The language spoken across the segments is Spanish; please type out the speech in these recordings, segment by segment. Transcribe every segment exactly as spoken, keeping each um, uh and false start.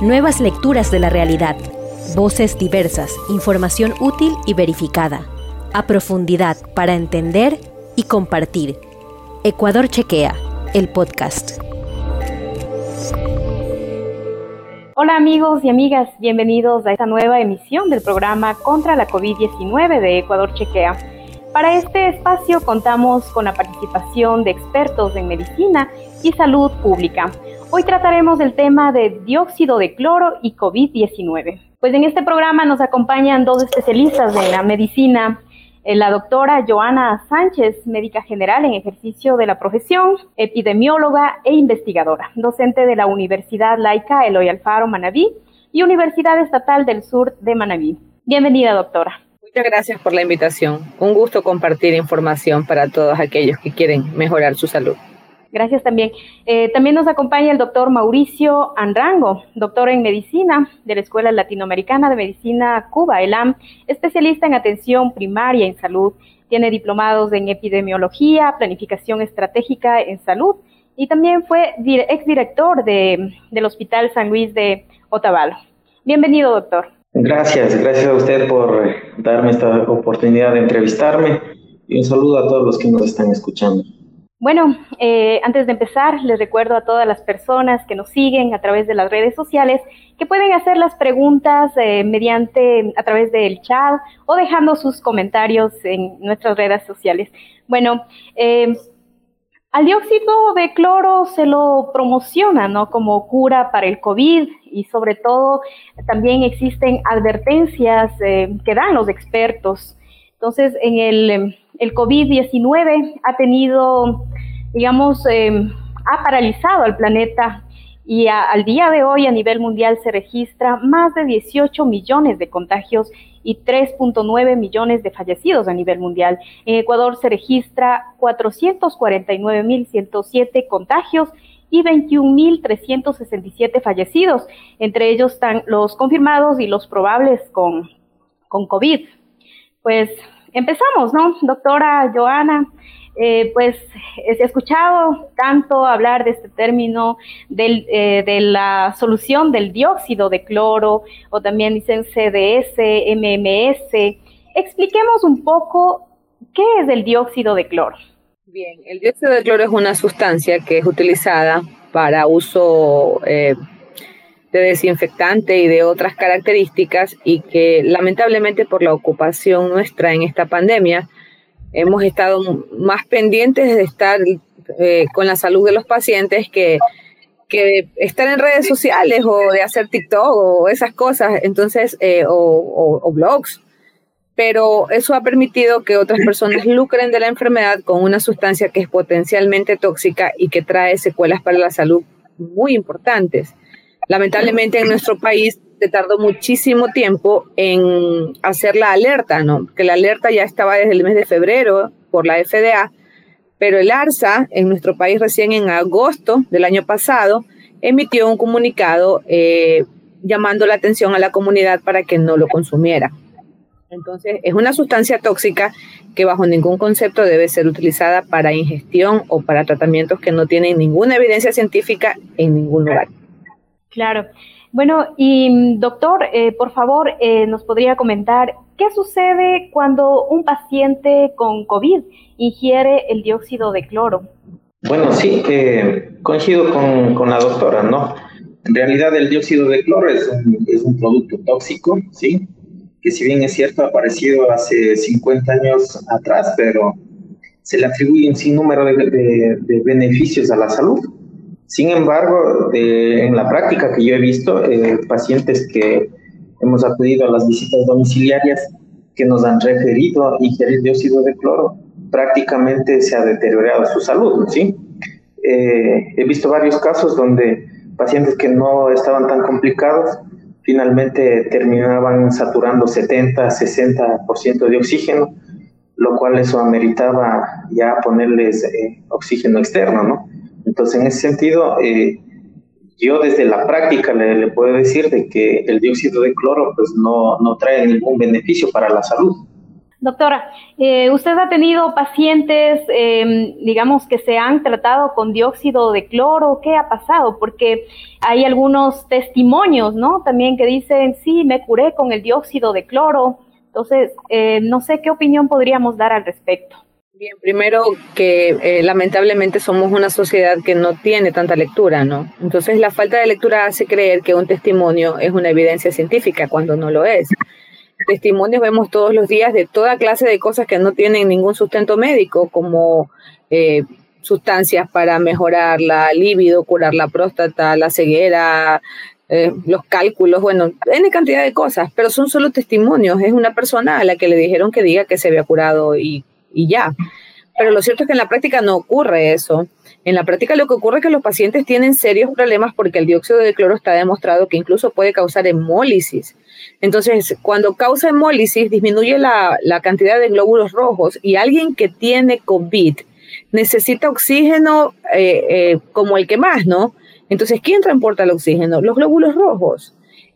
Nuevas lecturas de la realidad. Voces diversas, información útil y verificada. A profundidad para entender y compartir. Ecuador Chequea, el podcast. Hola amigos y amigas, bienvenidos a esta nueva emisión del programa contra la COVID diecinueve de Ecuador Chequea. Para este espacio contamos con la participación de expertos en medicina y salud pública. Hoy trataremos el tema de dióxido de cloro y COVID diecinueve. Pues en este programa nos acompañan dos especialistas en la medicina, la doctora Joana Sánchez, médica general en ejercicio de la profesión, epidemióloga e investigadora, docente de la Universidad Laica Eloy Alfaro Manabí y Universidad Estatal del Sur de Manabí. Bienvenida, doctora. Muchas gracias por la invitación. Un gusto compartir información para todos aquellos que quieren mejorar su salud. Gracias también. Eh, también nos acompaña el doctor Mauricio Anrango, doctor en medicina de la Escuela Latinoamericana de Medicina Cuba, ELAM, especialista en atención primaria en salud. Tiene diplomados en epidemiología, planificación estratégica en salud y también fue exdirector de, del Hospital San Luis de Otavalo. Bienvenido, doctor. Gracias, gracias a usted por darme esta oportunidad de entrevistarme y un saludo a todos los que nos están escuchando. Bueno, eh, antes de empezar, les recuerdo a todas las personas que nos siguen a través de las redes sociales que pueden hacer las preguntas eh, mediante, a través del chat o dejando sus comentarios en nuestras redes sociales. Bueno, eh, al dióxido de cloro se lo promociona, ¿no?, como cura para el COVID y sobre todo también existen advertencias eh, que dan los expertos. Entonces, en el, el COVID diecinueve ha tenido, digamos, eh, ha paralizado al planeta y a, al día de hoy a nivel mundial se registra más de dieciocho millones de contagios y tres punto nueve millones de fallecidos a nivel mundial. En Ecuador se registra cuatrocientos cuarenta y nueve mil ciento siete contagios y veintiún mil trescientos sesenta y siete fallecidos. Entre ellos están los confirmados y los probables con, con COVID. Pues empezamos, ¿no? Doctora Joana, eh, pues he escuchado tanto hablar de este término del, eh, de la solución del dióxido de cloro o también dicen C D S, M M S. Expliquemos un poco qué es el dióxido de cloro. Bien, el dióxido de cloro es una sustancia que es utilizada para uso eh, de desinfectante y de otras características y que lamentablemente por la ocupación nuestra en esta pandemia hemos estado más pendientes de estar eh, con la salud de los pacientes que, que estar en redes sociales o de hacer TikTok o esas cosas, entonces eh, o, o, o blogs. Pero eso ha permitido que otras personas lucren de la enfermedad con una sustancia que es potencialmente tóxica y que trae secuelas para la salud muy importantes. Lamentablemente en nuestro país se tardó muchísimo tiempo en hacer la alerta, ¿no? Que la alerta ya estaba desde el mes de febrero por la F D A, pero el ARSA en nuestro país recién en agosto del año pasado emitió un comunicado eh, llamando la atención a la comunidad para que no lo consumiera. Entonces es una sustancia tóxica que bajo ningún concepto debe ser utilizada para ingestión o para tratamientos que no tienen ninguna evidencia científica en ningún lugar. Claro. Bueno, y doctor, eh, por favor, eh, nos podría comentar qué sucede cuando un paciente con COVID ingiere el dióxido de cloro. Bueno, sí, eh, coincido con, con la doctora, ¿no? En realidad el dióxido de cloro es un, es un producto tóxico, ¿sí? Que si bien es cierto ha aparecido hace cincuenta años atrás, pero se le atribuye un sinnúmero de, de, de beneficios a la salud. Sin embargo, de, en la práctica que yo he visto, eh, pacientes que hemos acudido a las visitas domiciliarias que nos han referido ingerir dióxido de cloro, prácticamente se ha deteriorado su salud, ¿sí? Eh, he visto varios casos donde pacientes que no estaban tan complicados finalmente terminaban saturando setenta, sesenta por ciento de oxígeno, lo cual eso ameritaba ya ponerles eh, oxígeno externo, ¿no? Entonces, en ese sentido, eh, yo desde la práctica le, le puedo decir de que el dióxido de cloro pues no, no trae ningún beneficio para la salud. Doctora, eh, ¿usted ha tenido pacientes, eh, digamos, que se han tratado con dióxido de cloro? ¿Qué ha pasado? Porque hay algunos testimonios, ¿no? También que dicen, sí, me curé con el dióxido de cloro. Entonces, eh, no sé qué opinión podríamos dar al respecto. Bien, primero que eh, lamentablemente somos una sociedad que no tiene tanta lectura, ¿no? Entonces la falta de lectura hace creer que un testimonio es una evidencia científica cuando no lo es. Testimonios vemos todos los días de toda clase de cosas que no tienen ningún sustento médico, como eh, sustancias para mejorar la libido, curar la próstata, la ceguera, eh, los cálculos, bueno, N cantidad de cosas, pero son solo testimonios. Es una persona a la que le dijeron que diga que se había curado y, y ya. Pero lo cierto es que en la práctica no ocurre eso. En la práctica lo que ocurre es que los pacientes tienen serios problemas porque el dióxido de cloro está demostrado que incluso puede causar hemólisis. Entonces, cuando causa hemólisis, disminuye la, la cantidad de glóbulos rojos y alguien que tiene COVID necesita oxígeno eh, eh, como el que más, ¿no? Entonces, ¿quién transporta el oxígeno? Los glóbulos rojos.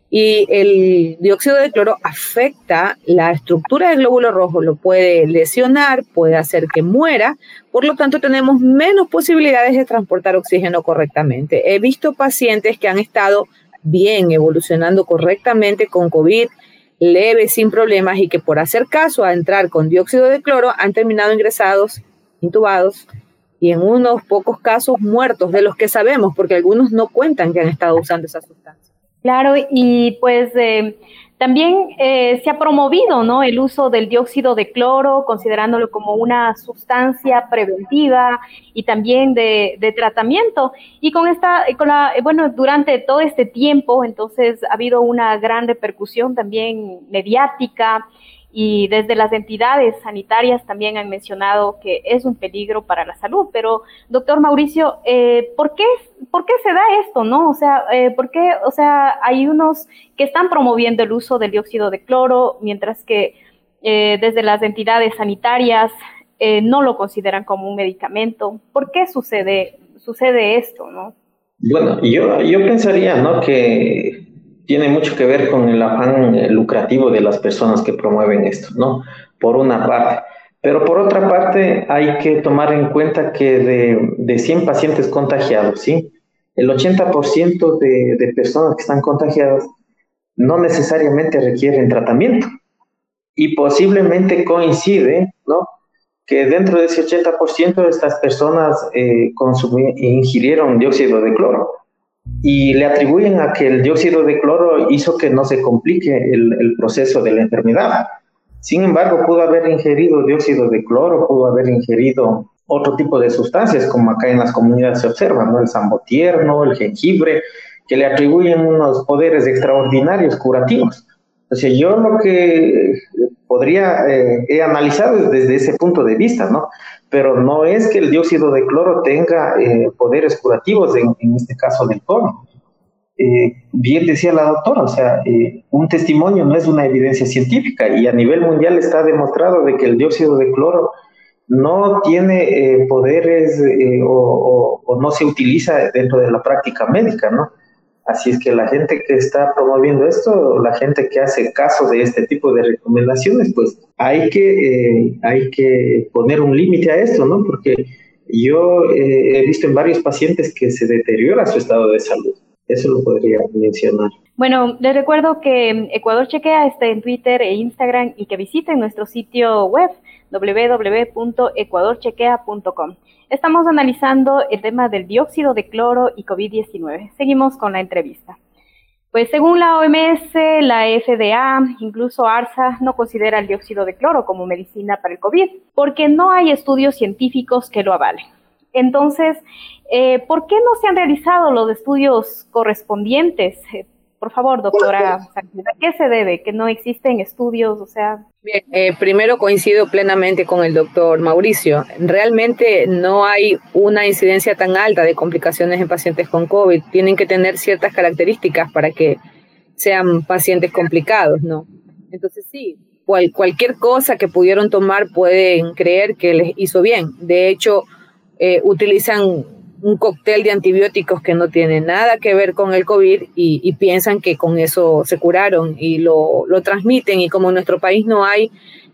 Y el dióxido de cloro afecta la estructura del glóbulo rojo, lo puede lesionar, puede hacer que muera, por lo tanto tenemos menos posibilidades de transportar oxígeno correctamente. He visto pacientes que han estado bien, evolucionando correctamente con COVID, leve, sin problemas, y que por hacer caso a entrar con dióxido de cloro han terminado ingresados, intubados, y en unos pocos casos muertos, de los que sabemos, porque algunos no cuentan que han estado usando esa sustancia. Claro, y pues eh, también eh, se ha promovido, ¿no?, el uso del dióxido de cloro, considerándolo como una sustancia preventiva y también de, de tratamiento. Y con esta, con la, bueno, durante todo este tiempo, entonces ha habido una gran repercusión también mediática, y desde las entidades sanitarias también han mencionado que es un peligro para la salud. Pero, doctor Mauricio, eh, ¿por qué, por qué se da esto, no? O sea, eh, ¿por qué, o sea, hay unos que están promoviendo el uso del dióxido de cloro, mientras que eh, desde las entidades sanitarias eh, no lo consideran como un medicamento? ¿Por qué sucede, sucede esto, no? Bueno, yo, yo pensaría, ¿no?, que tiene mucho que ver con el afán lucrativo de las personas que promueven esto, ¿no? Por una parte. Pero por otra parte, hay que tomar en cuenta que de, de cien pacientes contagiados, ¿sí?, el ochenta por ciento de, de personas que están contagiadas no necesariamente requieren tratamiento. Y posiblemente coincide, ¿no?, que dentro de ese ochenta por ciento de estas personas eh, ingirieron dióxido de cloro. Y le atribuyen a que el dióxido de cloro hizo que no se complique el, el proceso de la enfermedad. Sin embargo, pudo haber ingerido dióxido de cloro, pudo haber ingerido otro tipo de sustancias, como acá en las comunidades se observa, ¿no?, el sambotierno, el jengibre, que le atribuyen unos poderes extraordinarios curativos. Entonces, yo lo que podría, eh, he analizado desde ese punto de vista, ¿no? Pero no es que el dióxido de cloro tenga eh, poderes curativos, en, en este caso del COVID. Eh, bien decía la doctora, o sea, eh, un testimonio no es una evidencia científica, y a nivel mundial está demostrado de que el dióxido de cloro no tiene eh, poderes eh, o, o, o no se utiliza dentro de la práctica médica, ¿no? Así es que la gente que está promoviendo esto, la gente que hace caso de este tipo de recomendaciones, pues hay que, eh, hay que poner un límite a esto, ¿no? Porque yo eh, he visto en varios pacientes que se deteriora su estado de salud. Eso lo podría mencionar. Bueno, les recuerdo que Ecuador Chequea está en Twitter e Instagram, y que visiten nuestro sitio web doble u doble u doble u punto ecuador chequea punto com. Estamos analizando el tema del dióxido de cloro y COVID diecinueve. Seguimos con la entrevista. Pues según la O M S, la F D A, incluso ARSA, no considera el dióxido de cloro como medicina para el COVID, porque no hay estudios científicos que lo avalen. Entonces, eh, ¿por qué no se han realizado los estudios correspondientes? Eh, por favor, doctora, ¿a qué se debe? ¿Que no existen estudios? O sea... Bien, eh, primero coincido plenamente con el doctor Mauricio. Realmente no hay una incidencia tan alta de complicaciones en pacientes con COVID. Tienen que tener ciertas características para que sean pacientes complicados, ¿no? Entonces sí, cual, cualquier cosa que pudieron tomar pueden creer que les hizo bien. De hecho, eh, utilizan un cóctel de antibióticos que no tiene nada que ver con el COVID y, y piensan que con eso se curaron y lo, lo transmiten. Y como en nuestro país no hay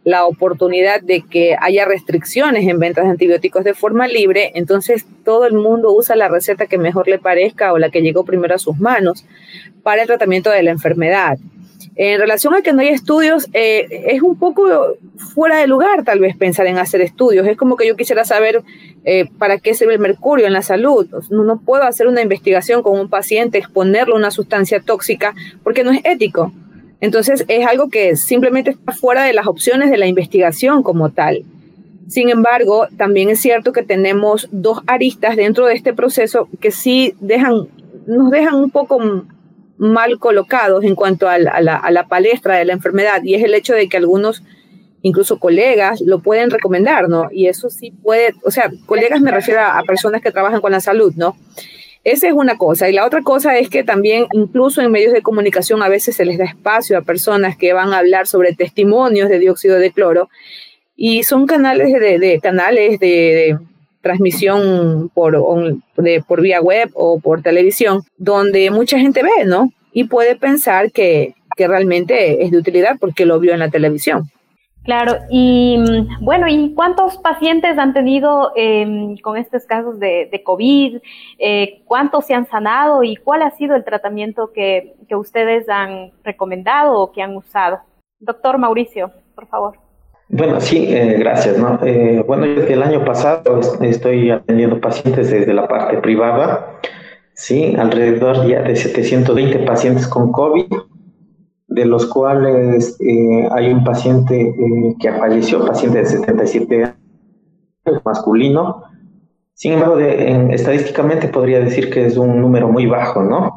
la oportunidad de que haya restricciones en ventas de antibióticos de forma libre, entonces todo el mundo usa la receta que mejor le parezca o la que llegó primero a sus manos para el tratamiento de la enfermedad. En relación a que no hay estudios, eh, es un poco fuera de lugar tal vez pensar en hacer estudios. Es como que yo quisiera saber eh, para qué sirve el mercurio en la salud. No, no puedo hacer una investigación con un paciente, exponerlo a una sustancia tóxica, porque no es ético. Entonces es algo que simplemente está fuera de las opciones de la investigación como tal. Sin embargo, también es cierto que tenemos dos aristas dentro de este proceso que sí dejan, nos dejan un poco mal colocados en cuanto a la, a, la, a la palestra de la enfermedad, y es el hecho de que algunos, incluso colegas, lo pueden recomendar, ¿no? Y eso sí puede, o sea, colegas me refiero a, a personas que trabajan con la salud, ¿no? Esa es una cosa. Y la otra cosa es que también, incluso en medios de comunicación, a veces se les da espacio a personas que van a hablar sobre testimonios de dióxido de cloro, y son canales de, de, canales de, de transmisión por, on, de, por vía web o por televisión, donde mucha gente ve, ¿no? Y puede pensar que, que realmente es de utilidad porque lo vio en la televisión. Claro, y bueno, ¿y cuántos pacientes han tenido eh, con estos casos de, de COVID? Eh, ¿Cuántos se han sanado y cuál ha sido el tratamiento que, que ustedes han recomendado o que han usado? Doctor Mauricio, por favor. Bueno, sí, eh, gracias, ¿no? Eh, bueno, desde el año pasado estoy atendiendo pacientes desde la parte privada, sí, alrededor ya de setecientos veinte pacientes con COVID, de los cuales eh, hay un paciente eh, que falleció, paciente de setenta y siete años, masculino. Sin embargo, de, en, estadísticamente podría decir que es un número muy bajo, ¿no?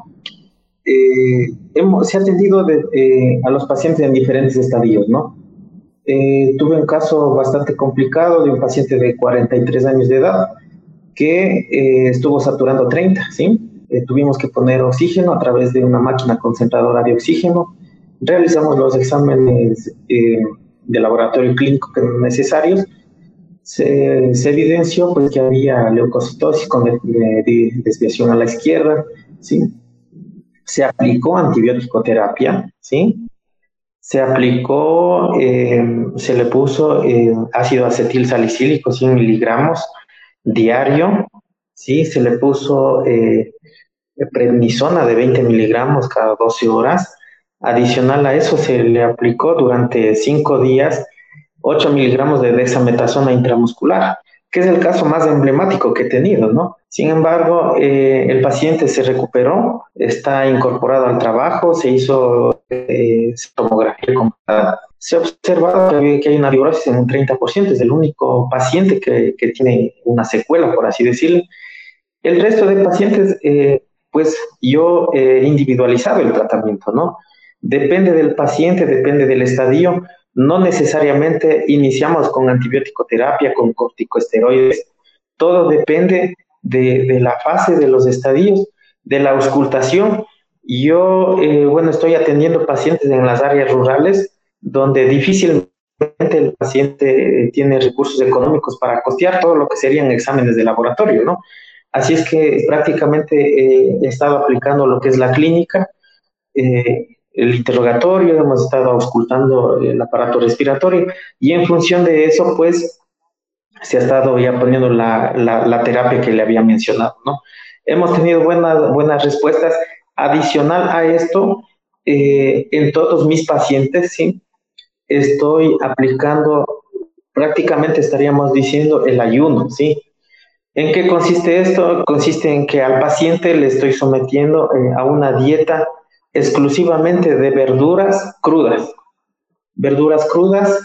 Eh, hemos, se ha atendido de, eh, a los pacientes en diferentes estadios, ¿no? Eh, tuve un caso bastante complicado de un paciente de cuarenta y tres años de edad que eh, estuvo saturando treinta, ¿sí? Eh, tuvimos que poner oxígeno a través de una máquina concentradora de oxígeno. Realizamos los exámenes eh, de laboratorio clínico que eran necesarios. Se, se evidenció pues, que había leucocitosis con de, de, de desviación a la izquierda, ¿sí? Se aplicó antibiótico terapia, ¿sí? Se aplicó, eh, se le puso eh, ácido acetil salicílico cien miligramos diario, ¿sí? Se le puso eh, prednisona de veinte miligramos cada doce horas. Adicional a eso, se le aplicó durante cinco días ocho miligramos de dexametasona intramuscular, que es el caso más emblemático que he tenido, ¿no? Sin embargo, eh, el paciente se recuperó, está incorporado al trabajo, se hizo eh, tomografía computada. Se ha observado que hay, que hay una fibrosis en un treinta por ciento, es el único paciente que, que tiene una secuela, por así decirlo. El resto de pacientes, eh, pues yo he individualizado el tratamiento, ¿no? Depende del paciente, depende del estadio. No necesariamente iniciamos con antibiótico terapia, con corticosteroides. Todo depende de, de la fase de los estadios, de la auscultación. Yo, eh, bueno, estoy atendiendo pacientes en las áreas rurales donde difícilmente el paciente tiene recursos económicos para costear todo lo que serían exámenes de laboratorio, ¿no? Así es que prácticamente eh, he estado aplicando lo que es la clínica, eh, el interrogatorio, hemos estado auscultando el aparato respiratorio y en función de eso, pues, se ha estado ya poniendo la, la, la terapia que le había mencionado, ¿no? Hemos tenido buenas, buenas respuestas. Adicional a esto, eh, en todos mis pacientes, ¿sí? Estoy aplicando, prácticamente estaríamos diciendo el ayuno, ¿sí? ¿En qué consiste esto? Consiste en que al paciente le estoy sometiendo eh, a una dieta exclusivamente de verduras crudas. Verduras crudas,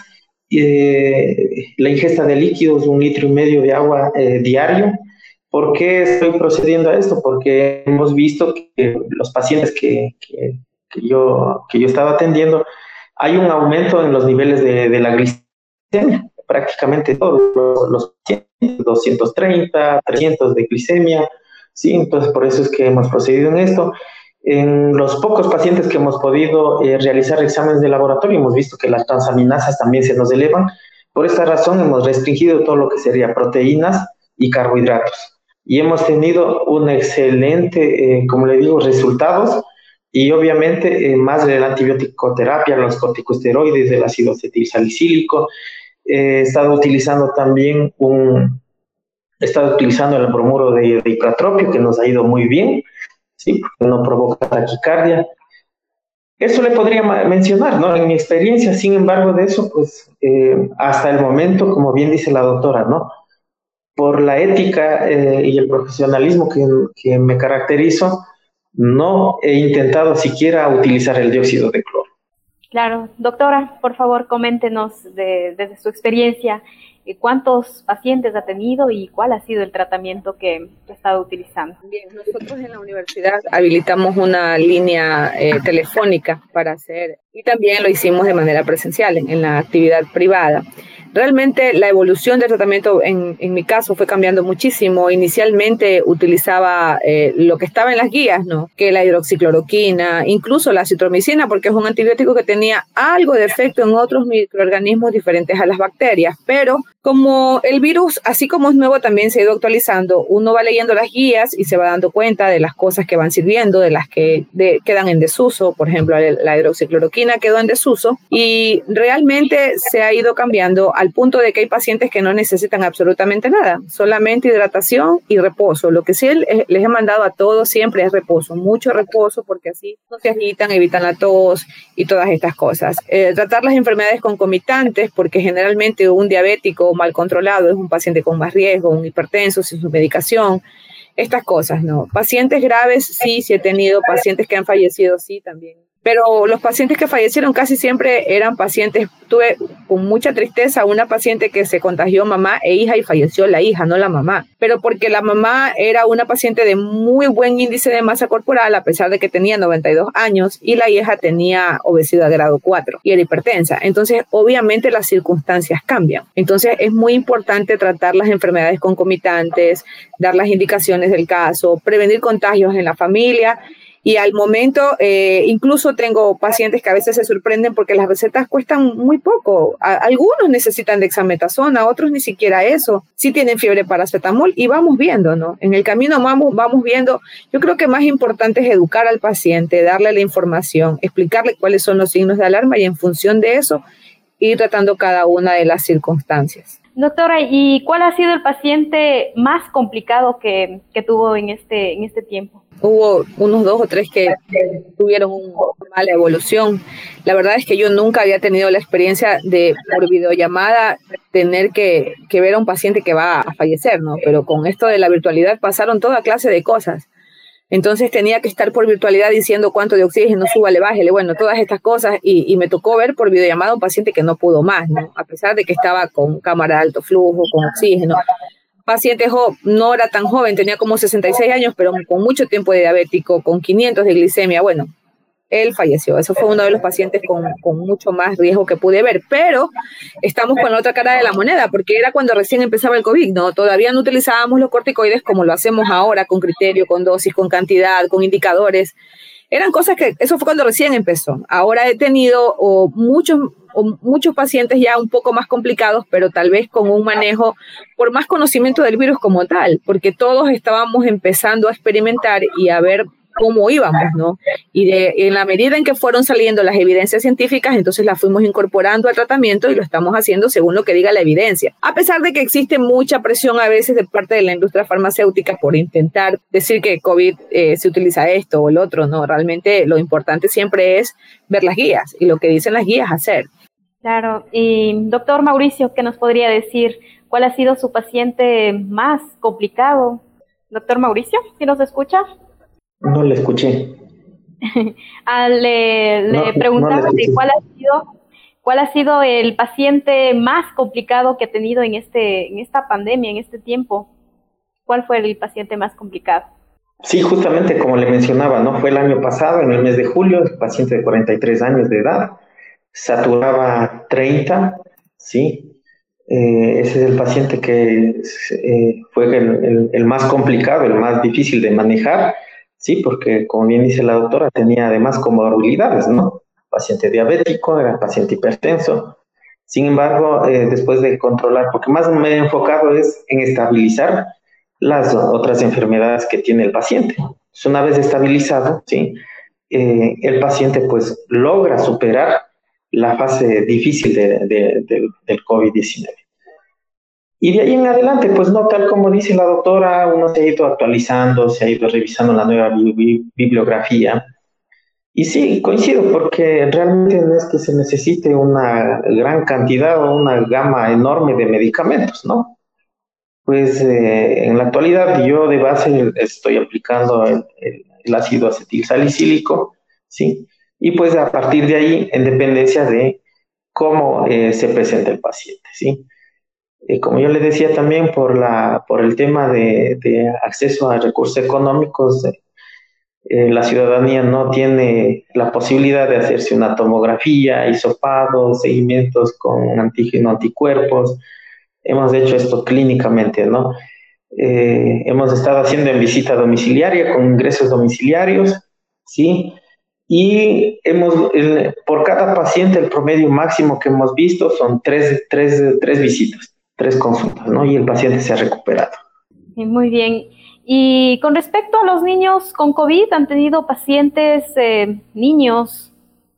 eh, la ingesta de líquidos, un litro y medio de agua eh, diario. ¿Por qué estoy procediendo a esto? Porque hemos visto que los pacientes que, que, que, yo, que yo estaba atendiendo, hay un aumento en los niveles de, de la glicemia. Prácticamente todos los, los pacientes, doscientos treinta, trescientos de glicemia, ¿sí? Entonces, por eso es que hemos procedido en esto. En los pocos pacientes que hemos podido eh, realizar exámenes de laboratorio, hemos visto que las transaminasas también se nos elevan. Por esta razón, hemos restringido todo lo que sería proteínas y carbohidratos. Y hemos tenido un excelente, eh, como le digo, resultados Y obviamente eh, más de la antibiótico-terapia, los corticosteroides, el ácido acetilsalicílico. Eh, he estado utilizando también un, he estado utilizando el bromuro de, de hipratropio, que nos ha ido muy bien, ¿sí? Porque no provoca taquicardia. Eso le podría mencionar, ¿no? En mi experiencia, sin embargo, de eso, pues, eh, hasta el momento, como bien dice la doctora, ¿no? Por la ética eh, y el profesionalismo que, que me caracterizo, no he intentado siquiera utilizar el dióxido de cloro. Claro. Doctora, por favor, coméntenos de, desde su experiencia, ¿cuántos pacientes ha tenido y cuál ha sido el tratamiento que, que ha estado utilizando? Bien, nosotros en la universidad habilitamos una línea eh, telefónica para hacer, y también lo hicimos de manera presencial en, en la actividad privada. Realmente la evolución del tratamiento en, en mi caso fue cambiando muchísimo. Inicialmente utilizaba eh, lo que estaba en las guías, ¿no? Que la hidroxicloroquina, incluso la citromicina, porque es un antibiótico que tenía algo de efecto en otros microorganismos diferentes a las bacterias. Pero como el virus, así como es nuevo, también se ha ido actualizando, uno va leyendo las guías y se va dando cuenta de las cosas que van sirviendo, de las que de, quedan en desuso. Por ejemplo, la hidroxicloroquina quedó en desuso y realmente se ha ido cambiando al punto de que hay pacientes que no necesitan absolutamente nada, solamente hidratación y reposo. Lo que sí les he mandado a todos siempre es reposo, mucho reposo, porque así no se agitan, evitan la tos y todas estas cosas. Eh, tratar las enfermedades concomitantes, porque generalmente un diabético mal controlado es un paciente con más riesgo, un hipertenso sin su medicación, estas cosas, ¿no? Pacientes graves, sí, sí he tenido, pacientes que han fallecido, sí, también. Pero los pacientes que fallecieron casi siempre eran pacientes, tuve con mucha tristeza una paciente que se contagió mamá e hija y falleció la hija, no la mamá. Pero porque la mamá era una paciente de muy buen índice de masa corporal, a pesar de que tenía noventa y dos años, y la hija tenía obesidad grado cuatro y era hipertensa. Entonces, obviamente las circunstancias cambian. Entonces, es muy importante tratar las enfermedades concomitantes, dar las indicaciones del caso, prevenir contagios en la familia. Y al momento, eh, incluso tengo pacientes que a veces se sorprenden porque las recetas cuestan muy poco. A, algunos necesitan dexametasona, otros ni siquiera eso. Sí tienen fiebre paracetamol y vamos viendo, ¿no? En el camino vamos, vamos viendo. Yo creo que más importante es educar al paciente, darle la información, explicarle cuáles son los signos de alarma y en función de eso ir tratando cada una de las circunstancias. Doctora, ¿y cuál ha sido el paciente más complicado que, que tuvo en este, en este tiempo? Hubo unos dos o tres que tuvieron una mala evolución. La verdad es que yo nunca había tenido la experiencia de, por videollamada, tener que, que ver a un paciente que va a fallecer, ¿no? Pero con esto de la virtualidad pasaron toda clase de cosas. Entonces tenía que estar por virtualidad diciendo cuánto de oxígeno, súbale, bájele, bueno, todas estas cosas. Y, y me tocó ver por videollamada a un paciente que no pudo más, ¿no? A pesar de que estaba con cámara de alto flujo, con oxígeno. Paciente joven, no era tan joven, tenía como sesenta y seis años, pero con mucho tiempo de diabético, con quinientos de glicemia. Bueno, él falleció. Eso fue uno de los pacientes con, con mucho más riesgo que pude ver. Pero estamos con la otra cara de la moneda, porque era cuando recién empezaba el COVID, ¿no? Todavía no utilizábamos los corticoides como lo hacemos ahora, con criterio, con dosis, con cantidad, con indicadores. Eran cosas que, eso fue cuando recién empezó. Ahora he tenido o muchos, o muchos pacientes ya un poco más complicados, pero tal vez con un manejo por más conocimiento del virus como tal, porque todos estábamos empezando a experimentar y a ver cómo íbamos, ¿no? Y de, en la medida en que fueron saliendo las evidencias científicas, entonces las fuimos incorporando al tratamiento y lo estamos haciendo según lo que diga la evidencia. A pesar de que existe mucha presión a veces de parte de la industria farmacéutica por intentar decir que COVID eh, se utiliza esto o el otro, no, realmente lo importante siempre es ver las guías y lo que dicen las guías hacer. Claro, y doctor Mauricio, ¿qué nos podría decir? ¿Cuál ha sido su paciente más complicado? Doctor Mauricio, ¿sí nos escucha? No le escuché. ah, le, le no, preguntaba no de cuál ha sido cuál ha sido el paciente más complicado que ha tenido en este en esta pandemia, en este tiempo. ¿Cuál fue el paciente más complicado? Sí, justamente como le mencionaba, ¿no? Fue el año pasado, en el mes de julio, el paciente de cuarenta y tres años de edad, saturaba treinta, ¿sí? Eh, ese es el paciente que eh, fue el, el, el más complicado, el más difícil de manejar. Sí, porque como bien dice la doctora, tenía además comorbilidades, ¿no? Paciente diabético, era paciente hipertenso. Sin embargo, eh, después de controlar, porque más me he enfocado es en estabilizar las otras enfermedades que tiene el paciente. Entonces, una vez estabilizado, ¿sí? eh, el paciente pues logra superar la fase difícil de, de, de, del COVID diecinueve. Y de ahí en adelante, pues no, tal como dice la doctora, uno se ha ido actualizando, se ha ido revisando la nueva bi bi bibliografía. Y sí, coincido, porque realmente no es que se necesite una gran cantidad o una gama enorme de medicamentos, ¿no? Pues eh, en la actualidad yo de base estoy aplicando el, el, el ácido acetil salicílico, ¿sí? Y pues a partir de ahí, en dependencia de cómo eh, se presenta el paciente, ¿sí? Eh, como yo le decía también, por, la, por el tema de, de acceso a recursos económicos, eh, eh, la ciudadanía no tiene la posibilidad de hacerse una tomografía, hisopados, seguimientos con antígeno, anticuerpos. Hemos hecho esto clínicamente, ¿no? Eh, hemos estado haciendo en visita domiciliaria con ingresos domiciliarios, ¿sí? Y hemos, el, por cada paciente, el promedio máximo que hemos visto son tres, tres, tres visitas, tres consultas, ¿no? Y el paciente se ha recuperado. Muy bien. Y con respecto a los niños con COVID, ¿han tenido pacientes, eh, niños,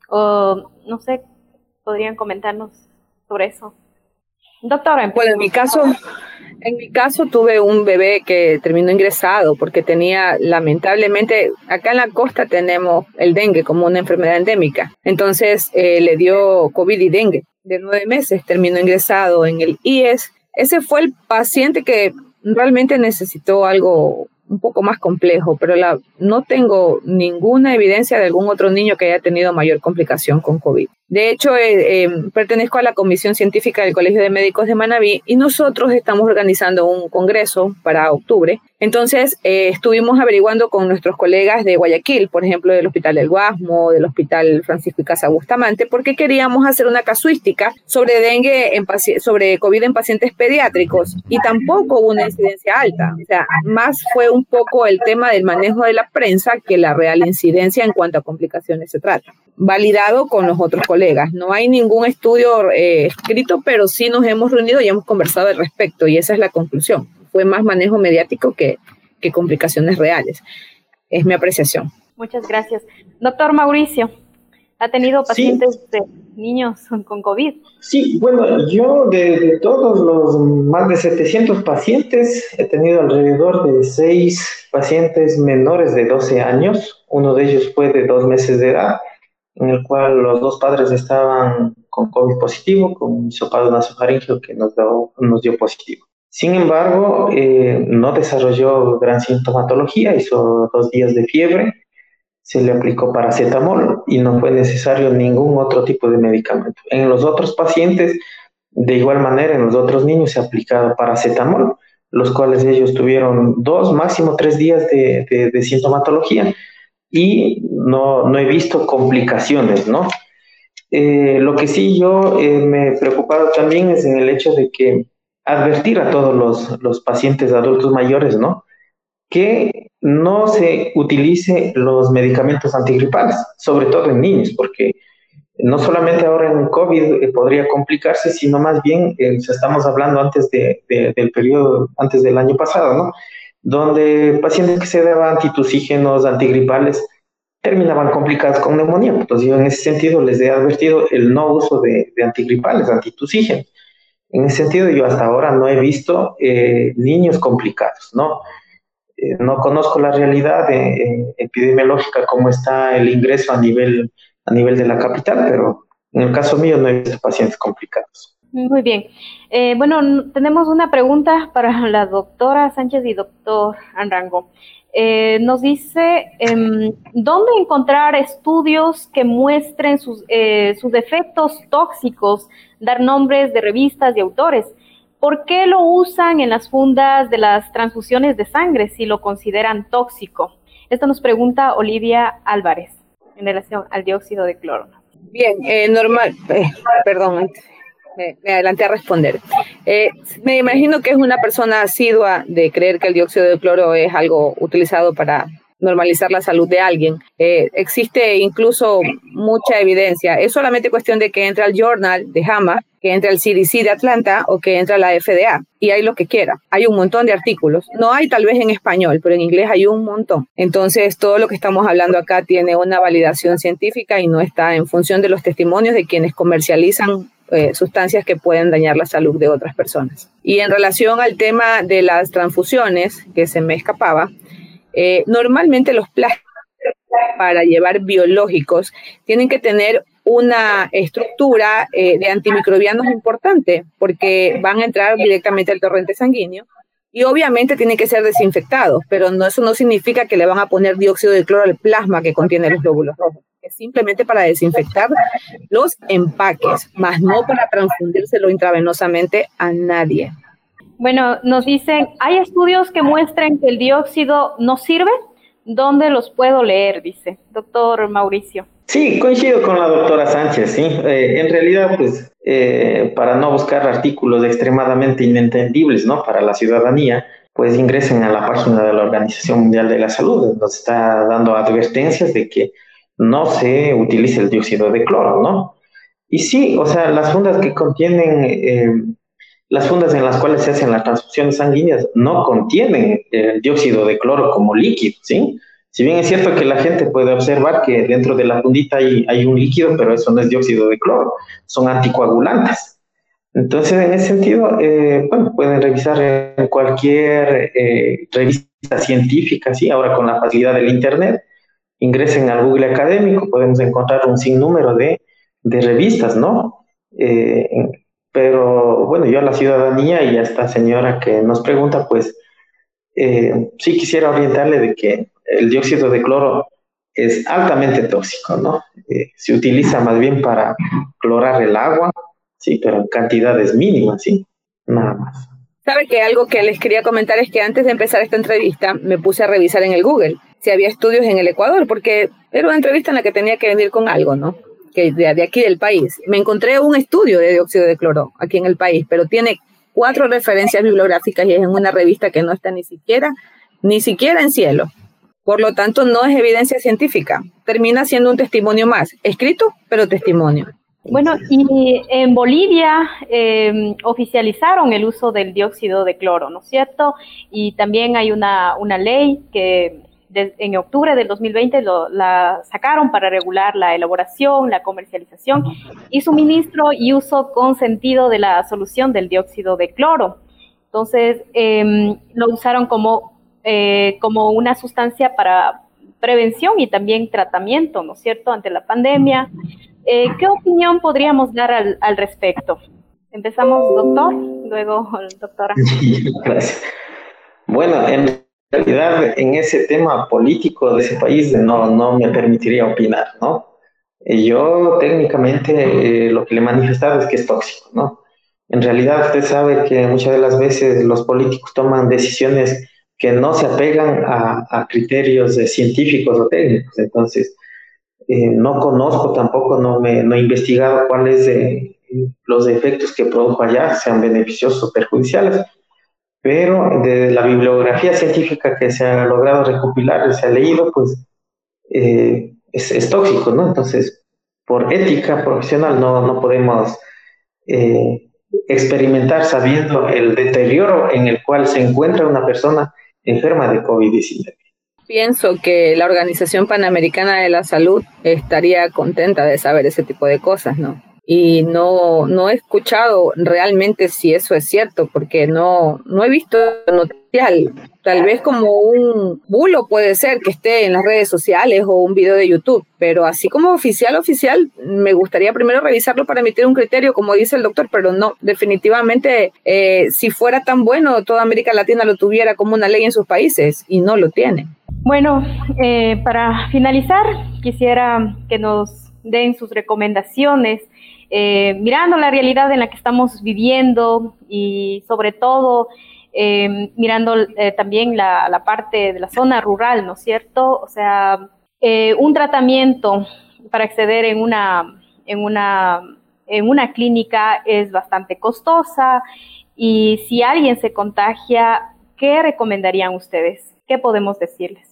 o no sé, podrían comentarnos sobre eso? Doctora. Bueno, en mi caso, en mi caso tuve un bebé que terminó ingresado porque tenía, lamentablemente, acá en la costa tenemos el dengue como una enfermedad endémica. Entonces eh, le dio COVID y dengue. De nueve meses terminó ingresado en el I E S. Ese fue el paciente que realmente necesitó algo un poco más complejo, pero la, no tengo ninguna evidencia de algún otro niño que haya tenido mayor complicación con COVID. De hecho, eh, eh, pertenezco a la Comisión Científica del Colegio de Médicos de Manabí y nosotros estamos organizando un congreso para octubre. Entonces, eh, estuvimos averiguando con nuestros colegas de Guayaquil, por ejemplo, del Hospital del Guasmo, del Hospital Francisco y Casa Bustamante, porque queríamos hacer una casuística sobre dengue, en sobre COVID en pacientes pediátricos, y tampoco hubo una incidencia alta. O sea, más fue un poco el tema del manejo de la prensa que la real incidencia en cuanto a complicaciones se trata. Validado con los otros colegas. No hay ningún estudio eh, escrito, pero sí nos hemos reunido y hemos conversado al respecto, y esa es la conclusión. Fue más manejo mediático que, que complicaciones reales. Es mi apreciación. Muchas gracias. Doctor Mauricio, ¿ha tenido pacientes, sí, de niños con COVID? Sí, bueno, yo de, de todos los más de setecientos pacientes, he tenido alrededor de seis pacientes menores de doce años. Uno de ellos fue de dos meses de edad, en el cual los dos padres estaban con COVID positivo, con hisopado nasofaríngeo que nos dio, nos dio positivo. Sin embargo, eh, no desarrolló gran sintomatología, hizo dos días de fiebre, se le aplicó paracetamol y no fue necesario ningún otro tipo de medicamento. En los otros pacientes, de igual manera, en los otros niños se ha aplicado paracetamol, los cuales ellos tuvieron dos, máximo tres días de, de, de sintomatología y no, no he visto complicaciones, ¿no? Eh, lo que sí yo eh, me he preocupado también es en el hecho de que advertir a todos los, los pacientes adultos mayores, ¿no? Que no se utilice los medicamentos antigripales, sobre todo en niños, porque no solamente ahora en COVID eh, podría complicarse, sino más bien, eh, estamos hablando antes de, de, del periodo, antes del año pasado, ¿no? Donde pacientes que se daban antitusígenos, antigripales, terminaban complicados con neumonía. Entonces yo en ese sentido les he advertido el no uso de, de antigripales, antitusígenos. En ese sentido, yo hasta ahora no he visto eh, niños complicados, ¿no? Eh, no conozco la realidad eh, epidemiológica, cómo está el ingreso a nivel, a nivel de la capital, pero en el caso mío no he visto pacientes complicados. Muy bien. Eh, bueno, tenemos una pregunta para la doctora Sánchez y doctor Arango. Eh, nos dice, eh, ¿dónde encontrar estudios que muestren sus, eh, sus efectos tóxicos? Dar nombres de revistas y autores. ¿Por qué lo usan en las fundas de las transfusiones de sangre si lo consideran tóxico? Esto nos pregunta Olivia Álvarez en relación al dióxido de cloro. Bien, eh, normal, eh, perdón, me, me adelanté a responder. Eh, me imagino que es una persona asidua de creer que el dióxido de cloro es algo utilizado para normalizar la salud de alguien. Eh, existe incluso mucha evidencia. Es solamente cuestión de que entre al Journal de JAMA, que entre al C D C de Atlanta o que entre a la F D A, y hay lo que quiera. Hay un montón de artículos. No hay tal vez en español, pero en inglés hay un montón. Entonces, todo lo que estamos hablando acá tiene una validación científica y no está en función de los testimonios de quienes comercializan eh, sustancias que pueden dañar la salud de otras personas. Y en relación al tema de las transfusiones, que se me escapaba, eh, normalmente los plásticos para llevar biológicos tienen que tener una estructura eh, de antimicrobianos importante porque van a entrar directamente al torrente sanguíneo y obviamente tienen que ser desinfectados, pero no, eso no significa que le van a poner dióxido de cloro al plasma que contiene los glóbulos rojos. Es simplemente para desinfectar los empaques, más no para transfundírselo intravenosamente a nadie. Bueno, nos dicen, ¿hay estudios que muestran que el dióxido no sirve? ¿Dónde los puedo leer? Dice, doctor Mauricio. Sí, coincido con la doctora Sánchez, sí. Eh, en realidad, pues, eh, para no buscar artículos extremadamente inentendibles, ¿no?, para la ciudadanía, pues ingresen a la página de la Organización Mundial de la Salud. Nos está dando advertencias de que no se utilice el dióxido de cloro, ¿no? Y sí, o sea, las fundas que contienen, eh, las fundas en las cuales se hacen las transfusiones sanguíneas no contienen el dióxido de cloro como líquido, ¿sí? Si bien es cierto que la gente puede observar que dentro de la fundita hay, hay un líquido, pero eso no es dióxido de cloro, son anticoagulantes. Entonces, en ese sentido, eh, bueno, pueden revisar en cualquier eh, revista científica, ¿sí? Ahora con la facilidad del Internet, ingresen al Google académico, podemos encontrar un sinnúmero de, de revistas, ¿no? Eh, pero, bueno, yo a la ciudadanía y a esta señora que nos pregunta, pues, eh, sí quisiera orientarle de que el dióxido de cloro es altamente tóxico, ¿no? Eh, se utiliza más bien para clorar el agua, sí, pero en cantidades mínimas, sí, nada más. ¿Sabe que algo que les quería comentar es que antes de empezar esta entrevista me puse a revisar en el Google si había estudios en el Ecuador, porque era una entrevista en la que tenía que venir con algo, ¿no? Que de, de aquí del país. Me encontré un estudio de dióxido de cloro aquí en el país, pero tiene cuatro referencias bibliográficas y es en una revista que no está ni siquiera, ni siquiera en Cielo. Por lo tanto, no es evidencia científica. Termina siendo un testimonio más, escrito, pero testimonio. Bueno, y en Bolivia eh, oficializaron el uso del dióxido de cloro, ¿no es cierto? Y también hay una, una ley que de, en octubre del dos mil veinte lo, la sacaron para regular la elaboración, la comercialización y suministro y uso consentido de la solución del dióxido de cloro. Entonces, eh, lo usaron como, eh, como una sustancia para prevención y también tratamiento, ¿no es cierto?, ante la pandemia. Eh, ¿Qué opinión podríamos dar al, al respecto? Empezamos, doctor, luego doctora. Gracias. Bueno, en realidad, en ese tema político de ese país no, no me permitiría opinar, ¿no? Yo técnicamente eh, lo que le he manifestado es que es tóxico, ¿no? En realidad usted sabe que muchas de las veces los políticos toman decisiones que no se apegan a, a criterios eh, científicos o técnicos, entonces eh, no conozco tampoco, no, me, no he investigado cuáles eh, los efectos que produjo allá, sean beneficiosos o perjudiciales, pero de la bibliografía científica que se ha logrado recopilar, se ha leído, pues eh, es, es tóxico, ¿no? Entonces, por ética profesional no, no podemos eh, experimentar sabiendo el deterioro en el cual se encuentra una persona enferma de COVID diecinueve. Pienso que la Organización Panamericana de la Salud estaría contenta de saber ese tipo de cosas, ¿no? Y no, no he escuchado realmente si eso es cierto, porque no, no he visto noticial. Tal vez como un bulo puede ser que esté en las redes sociales o un video de YouTube, pero así como oficial, oficial, me gustaría primero revisarlo para emitir un criterio, como dice el doctor, pero no, definitivamente, eh, si fuera tan bueno, toda América Latina lo tuviera como una ley en sus países, y no lo tiene. Bueno, eh, para finalizar, quisiera que nos den sus recomendaciones, eh, mirando la realidad en la que estamos viviendo y sobre todo eh, mirando eh, también la, la parte de la zona rural, ¿no es cierto? O sea, eh, un tratamiento para acceder en una, en una, en una clínica es bastante costosa y si alguien se contagia, ¿qué recomendarían ustedes? ¿Qué podemos decirles?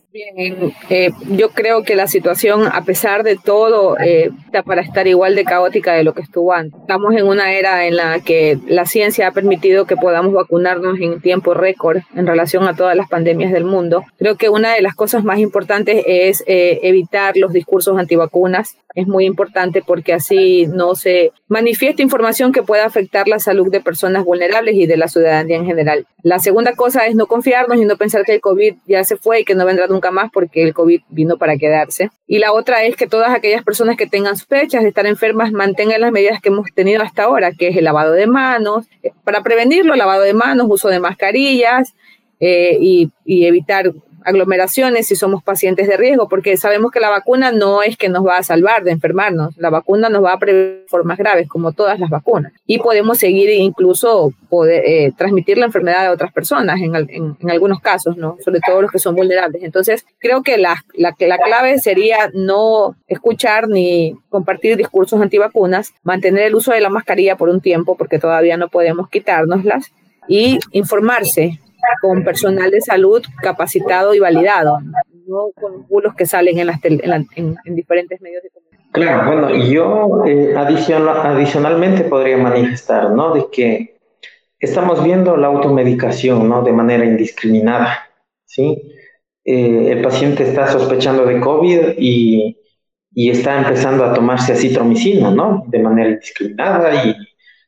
Bien, eh, yo creo que la situación, a pesar de todo, eh, está para estar igual de caótica de lo que estuvo antes. Estamos en una era en la que la ciencia ha permitido que podamos vacunarnos en tiempo récord en relación a todas las pandemias del mundo. Creo que una de las cosas más importantes es eh, evitar los discursos antivacunas. Es muy importante porque así no se manifiesta información que pueda afectar la salud de personas vulnerables y de la ciudadanía en general. La segunda cosa es no confiarnos y no pensar que el COVID ya se fue y que no vendrá nunca más, porque el COVID vino para quedarse. Y la otra es que todas aquellas personas que tengan sospechas de estar enfermas mantengan las medidas que hemos tenido hasta ahora, que es el lavado de manos, para prevenirlo, lavado de manos, uso de mascarillas eh, y, y evitar aglomeraciones si somos pacientes de riesgo, porque sabemos que la vacuna no es que nos va a salvar de enfermarnos, la vacuna nos va a prevenir formas graves como todas las vacunas y podemos seguir incluso poder eh, transmitir la enfermedad a otras personas en, en, en algunos casos, ¿no? Sobre todo los que son vulnerables. Entonces creo que la, la, la clave sería no escuchar ni compartir discursos antivacunas, mantener el uso de la mascarilla por un tiempo porque todavía no podemos quitárnoslas y informarse con personal de salud capacitado y validado, no con bulos que salen en, las tele, en, la, en, en diferentes medios de comunicación. Claro, bueno, yo eh, adicional, adicionalmente podría manifestar, ¿no?, de que estamos viendo la automedicación, ¿no?, de manera indiscriminada, ¿sí? Eh, el paciente está sospechando de COVID y, y está empezando a tomarse acitromicina, ¿no?, de manera indiscriminada y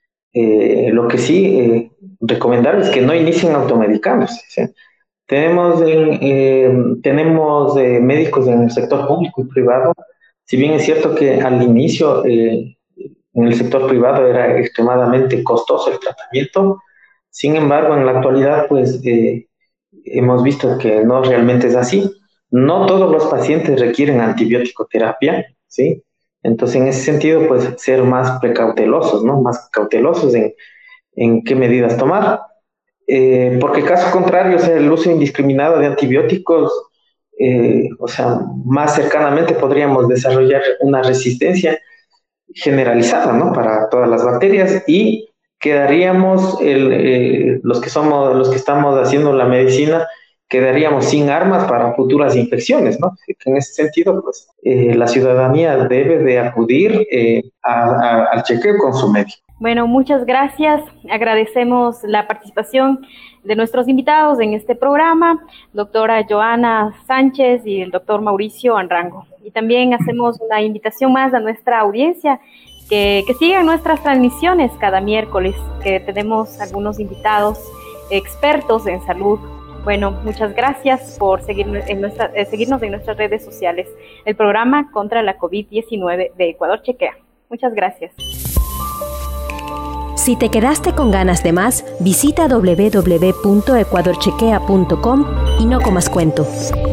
Eh, lo que sí eh, recomendar es que no inicien automedicándose, ¿sí? Tenemos, eh, tenemos eh, médicos en el sector público y privado. Si bien es cierto que al inicio eh, en el sector privado era extremadamente costoso el tratamiento, sin embargo en la actualidad pues eh, hemos visto que no realmente es así. No todos los pacientes requieren antibiótico terapia, ¿sí? Entonces, en ese sentido, pues, ser más precautelosos, ¿no? Más cautelosos en, en qué medidas tomar. Eh, porque caso contrario, o sea, el uso indiscriminado de antibióticos, eh, o sea, más cercanamente podríamos desarrollar una resistencia generalizada, ¿no?, para todas las bacterias y quedaríamos, el, eh, los que somos, los que estamos haciendo la medicina, quedaríamos sin armas para futuras infecciones, ¿no? En ese sentido, pues, eh, la ciudadanía debe de acudir eh, a, a, al chequeo con su médico. Bueno, muchas gracias. Agradecemos la participación de nuestros invitados en este programa, doctora Joana Sánchez y el doctor Mauricio Anrango. Y también hacemos una invitación más a nuestra audiencia que, que sigan nuestras transmisiones cada miércoles, que tenemos algunos invitados expertos en salud. Bueno, muchas gracias por seguir en nuestra, eh, seguirnos en nuestras redes sociales. El programa contra la COVID diecinueve de Ecuador Chequea. Muchas gracias. Si te quedaste con ganas de más, visita doble u doble u doble u punto ecuador chequea punto com y no comas cuento.